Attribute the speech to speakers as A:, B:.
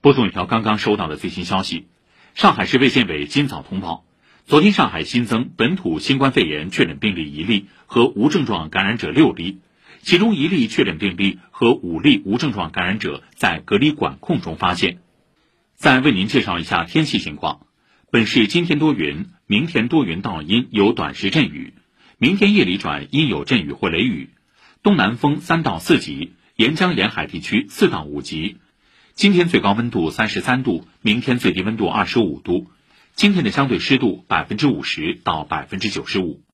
A: 播送一条刚刚收到的最新消息，上海市卫健委今早通报，昨天上海新增本土新冠肺炎确诊病例1例和无症状感染者6例，其中1例确诊病例和5例无症状感染者在隔离管控中发现。再为您介绍一下天气情况，本市今天多云，明天多云到阴有短时阵雨，明天夜里转阴有阵雨或雷雨，东南风3到4级，沿江沿海地区4到5级。今天最高温度33度，明天最低温度25度。今天的相对湿度50%到95%。